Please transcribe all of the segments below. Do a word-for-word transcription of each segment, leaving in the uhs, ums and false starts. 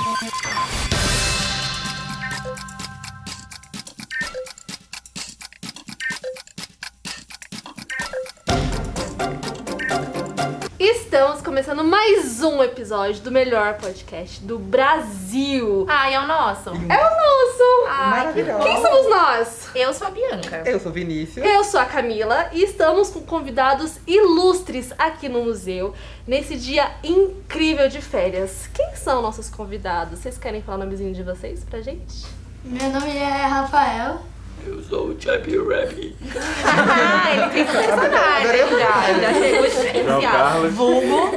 Estamos começando mais um episódio do melhor podcast do Brasil. Ah, é o nosso. É o nosso. Ai, quem somos nós? Eu sou a Bianca. Eu sou o Vinícius. Eu sou a Camila e estamos com convidados ilustres aqui no museu nesse dia incrível de férias. Quem são nossos convidados? Vocês querem falar o nomezinho de vocês pra gente? Meu nome é Rafael. Eu sou o Chubby Rabbit. Ah, ele tem personagem já. Ele já chegou João diferenciado. Carlos. Vulgo.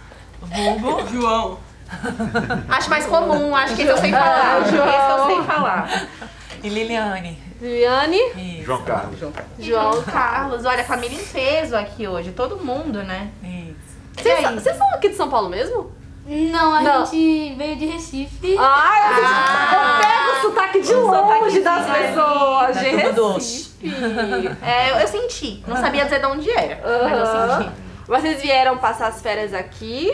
Vulgo. João. Acho mais comum, acho que esse eu sei falar. Esse eu sei falar. E Liliane. Liliane. Isso. João Carlos. João Carlos. João Carlos. Olha, a família em peso aqui hoje. Todo mundo, né? Isso. Vocês são, vocês são aqui de São Paulo mesmo? Não, a Não. gente veio de Recife. Ai, Ah. eu pego o sotaque de O longe sotaque das de pessoas. Tá De tudo doce. Recife. É, eu, eu senti. Não sabia dizer de onde era, mas eu Aham. senti. Vocês vieram passar as férias aqui?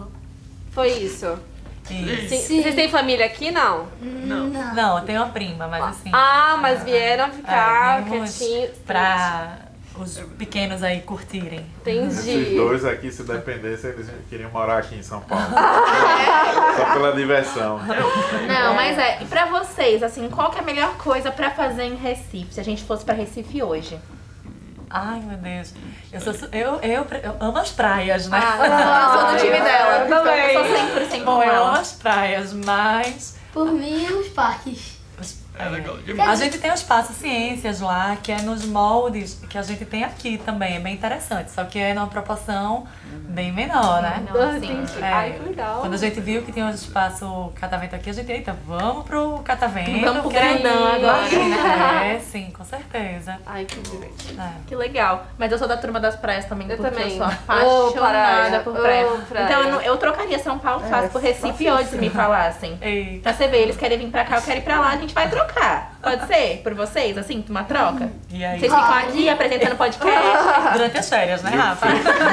Foi isso? Isso. Sim. Sim. Vocês têm família aqui, não? Não. Não, eu tenho uma prima, mas assim. Ah, mas vieram ficar é, viemos quietinhos. pra os pequenos aí curtirem. Esses Entendi. dois aqui, se dependesse, eles queriam morar aqui em São Paulo. Só pela diversão. Não, mas é, e pra vocês, assim, qual que é a melhor coisa pra fazer em Recife, se a gente fosse pra Recife hoje? Ai, meu Deus. Eu, sou, su- eu, eu, eu amo as praias, né? Ah, eu sou do time dela, eu também. eu sou cem por cento Bom, com eu amo ela. as praias, mas Por mim, os parques. os- É legal a demais. gente tem o Espaço Ciências lá, que é nos moldes que a gente tem aqui também. É bem interessante, só que é numa proporção bem menor, né? Não, Ah, assim, entendi. É, Ai, que legal. Quando a gente viu que tinha um espaço catavento aqui, a gente, eita, vamos pro catavento. Vamos pro que aí- grandão agora, É, sim, com certeza. Ai, que divertido. É. Que legal. Mas eu sou da turma das praias também, Eu porque também. eu sou Amo apaixonada praia, por praia. amo praia. Então eu, não- eu trocaria São Paulo fácil É, por Recife hoje, se me falassem. Eita. Pra você ver, eles querem vir pra cá, eu quero ir pra lá, a gente vai trocar. Pode ser? Por vocês, assim, uma troca? E aí? Vocês ficam aqui apresentando podcast. Durante as férias, né, E o Rafa?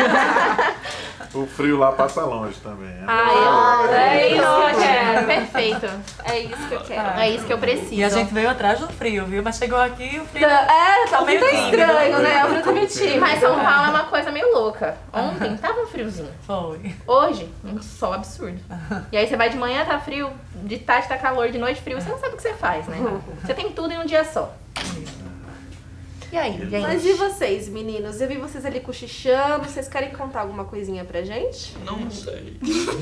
O frio lá passa longe também. né? Ai, é isso que eu quero. Perfeito. É isso que eu quero. É isso que eu preciso. E a gente veio atrás do frio, viu? Mas chegou aqui o frio. É, tá meio muito tímido. estranho, né? Eu tô meio tímido. Mas São Paulo é uma coisa meio louca. Ontem tava um friozinho. Foi. Hoje, um sol absurdo. E aí você vai de manhã, tá frio, de tarde tá calor, de noite frio, você não sabe o que você faz, né? Você tem tudo em um dia só. E aí, gente? Mas e vocês, meninos? Eu vi vocês ali cochichando. Vocês querem contar alguma coisinha pra gente? Não sei.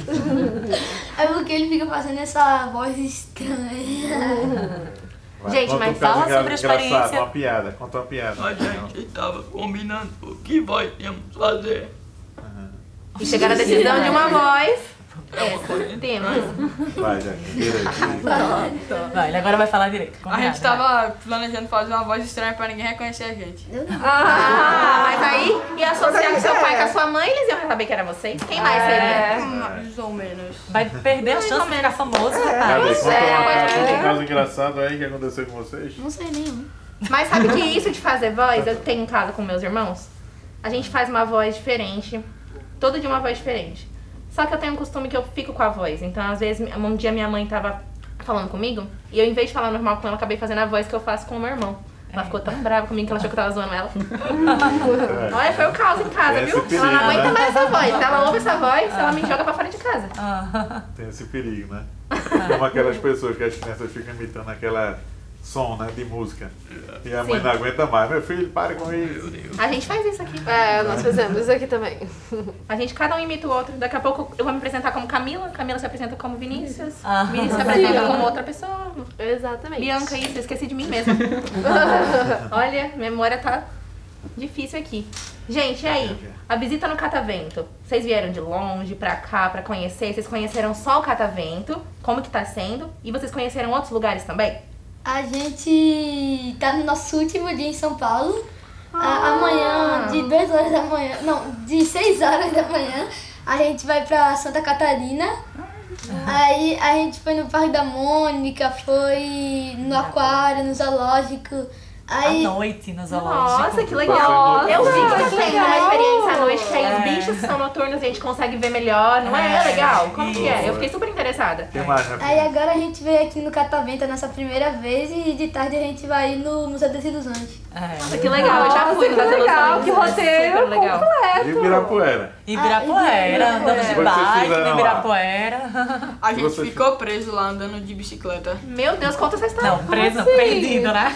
É porque ele fica fazendo essa voz estranha. Vai, Gente, conta mas um caso fala engra- sobre a engraçado, experiência. uma piada. Conta uma piada. A gente estava combinando o que vai temos fazer. E chegar à decisão de uma voz. Essa, temos. Vai, Jack. Vira aí. Vai, ele agora vai falar direito. A combinado, gente tava planejando fazer uma voz estranha pra ninguém reconhecer a gente. Ah, mas aí ia associar com seu pai com a sua mãe, eles iam saber que era vocês? Quem mais seria? Mais ou menos. Vai perder a chance de ficar famoso, Cadê? rapaz. Conta, é, uma, é. conta um caso engraçado aí que aconteceu com vocês. Não sei nenhum. Mas sabe que isso de fazer voz, eu tenho em casa com meus irmãos? A gente faz uma voz diferente, todo dia uma voz diferente. Só que eu tenho um costume que eu fico com a voz. Então, às vezes, um dia minha mãe tava falando comigo, e eu, em vez de falar normal com ela, acabei fazendo a voz que eu faço com o meu irmão. Ela ficou tão brava comigo que ela achou que eu tava zoando ela. Olha, foi o caos em casa, Tem viu? esse Ela não perigo, aguenta né? mais essa voz. Se ela ouve essa voz, ela me joga pra fora de casa. Ah, Tem esse perigo, né? Como aquelas pessoas que as crianças ficam imitando aquela som, né, de música. E a mãe Sim. não aguenta mais. Meu filho, pare com isso. A gente faz isso aqui. É, nós fizemos isso aqui também. A gente, cada um imita o outro. Daqui a pouco eu vou me apresentar como Camila, Camila se apresenta como Vinícius, Ah. Vinícius se apresenta como outra pessoa. Exatamente. Bianca, isso, eu esqueci de mim mesma. Olha, memória tá difícil aqui. Gente, e aí? A visita no Catavento. Vocês vieram de longe pra cá pra conhecer? Vocês conheceram só o Catavento? Como que tá sendo? E vocês conheceram outros lugares também? A gente tá no nosso último dia em São Paulo. A- Amanhã, de duas horas da manhã, não, de seis horas da manhã, a gente vai pra Santa Catarina. Aí a gente foi no Parque da Mônica, foi no aquário, no zoológico. Aí, À noite no zoológico. Nossa, que Você legal. não- Eu vi que tá que tendo uma legal. experiência à noite, que aí os É. bichos que são noturnos a gente consegue ver melhor, não é? É É, legal? Como que é? isso. Eu fiquei super interessada. O que mais, minha aí filha? agora a gente veio aqui no Catavento a nossa primeira vez e de tarde a gente vai ir no Museu das Ilusões. É. Nossa, que legal, eu já Nossa, fui que no das legal, Ilusões. que roteiro Super legal. E Ibirapuera. Ibirapuera, Ah, andamos de Vocês bike fizeram no lá? Ibirapuera. A gente Você- ficou preso lá andando de bicicleta. Meu Deus, conta essa história. Não, preso, não, assim? perdido, né?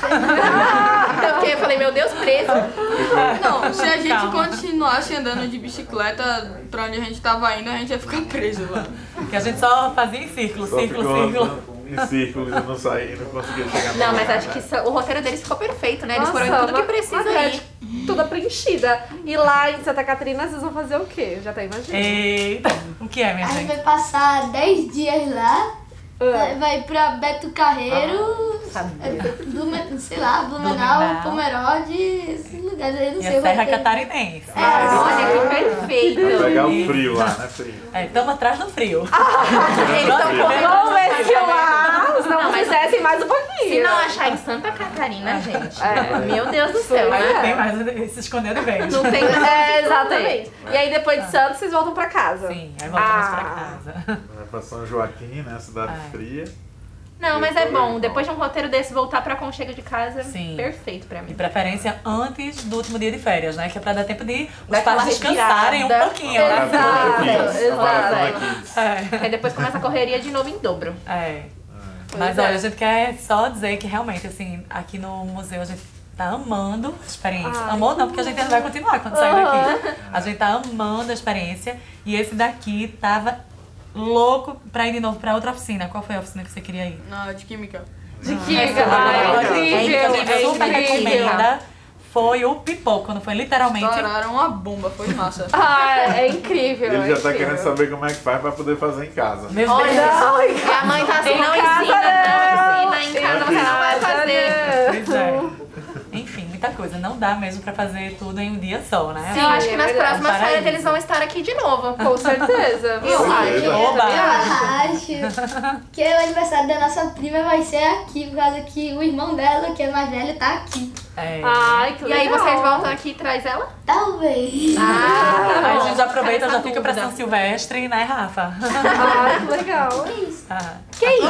Eu fiquei- eu falei, meu Deus, preso. Não, se a gente Calma. continuasse andando de bicicleta pra onde a gente tava indo, a gente ia ficar preso lá. Que a gente só fazia em círculo, Só círculo, ficou círculo. andando em círculos e não saía, não conseguia chegar no Não, mas lugar. acho que isso- o roteiro deles ficou perfeito, né? Eles Nossa, foram em tudo uma- que precisa uma grade ir. toda preenchida. E lá em Santa Catarina vocês vão fazer o quê? Já tá imaginando. Eita, o que é, minha A gente gente? vai passar dez dias lá, Ah. vai pra Beto Carreiro, sabia. é, Blumen- sei lá, Blumenau, Blumenau. Pomerode, esses lugares aí, não E sei a o Serra roteiro. Catarinense. Olha que perfeito. Vai pegar o frio lá, né, frio? É, estamos atrás do frio. Eles estão Frio. correndo. Vamos ver se lá, se não, Não, mas- fizessem mais um pouquinho. Se não achar em Santa Catarina, gente, É. meu Deus do céu, Mas né? não tem mais, ele se escondeu de vez. Não tem É, exatamente. E aí depois de Santos vocês voltam pra casa. Sim, aí voltamos Ah. pra casa. Vai pra São Joaquim, né, cidade É. fria. Não, mas é bom. Depois de um roteiro desse, voltar pra aconchego de casa, Sim. perfeito pra De mim. preferência antes do último dia de férias, né? Que é pra dar tempo de os Daquela pais descansarem um respirada. pouquinho, né? Exato, Exato. exato. É. Aí depois começa a correria de novo em dobro. É. Pois Mas é. olha, a gente quer só dizer que realmente, assim, aqui no museu a gente tá amando a experiência. Ai, Amou não, porque a gente ainda vai continuar quando sair Aham. daqui. A gente tá amando a experiência. E esse daqui tava louco pra ir de novo pra outra oficina. Qual foi a oficina que você queria ir? Na de química. De Essa Kika. lá, Ai, é incrível, incrível, é super incrível. recomenda. Foi o pipoco, não foi literalmente. Estouraram uma bomba, foi massa. Ah, é incrível. Ele é já tá incrível. querendo saber como é que faz pra poder fazer em casa. Meu Olha, Deus. Não, em E a mãe tá assim, Em não casa ensina, não. não ensina, em casa você não vai fazer. Pois é. Enfim, muita coisa. Não dá mesmo pra fazer tudo em um dia só, né? Sim, eu acho que é nas verdade. próximas Paraíso. férias eles vão estar aqui de novo. Com certeza. Eu acho. Oba! Eu acho que o aniversário da nossa prima vai ser aqui, por causa que o irmão dela, que é mais velho, tá aqui. É. Ai, que E legal. aí vocês voltam aqui e traz ela? Talvez. Ah, Aí a gente já aproveita, Essa já fica pra dúvida. São Silvestre, né, Rafa? Ai, que legal. Ah, Que isso,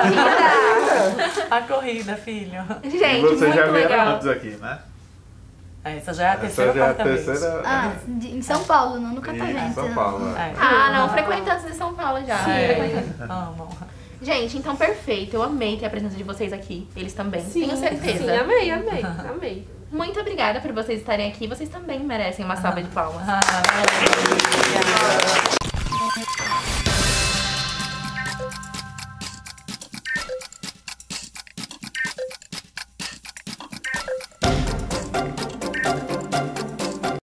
corrida? a corrida, filho. E Gente, vocês muito já vieram legal. antes aqui, né? Essa já é a Essa terceira ou já é a quarta vez. terceira. Ah, de- em São Paulo, não no Isso, Catavento. em São Paulo. é. É. Ah, não, frequentantes de São Paulo já. É. Amo. Gente, então perfeito. Eu amei ter a presença de vocês aqui. Eles também, tenho certeza. Sim, amei, amei, amei. Muito obrigada por vocês estarem aqui. Vocês também merecem uma salva de palmas. Ah, valeu.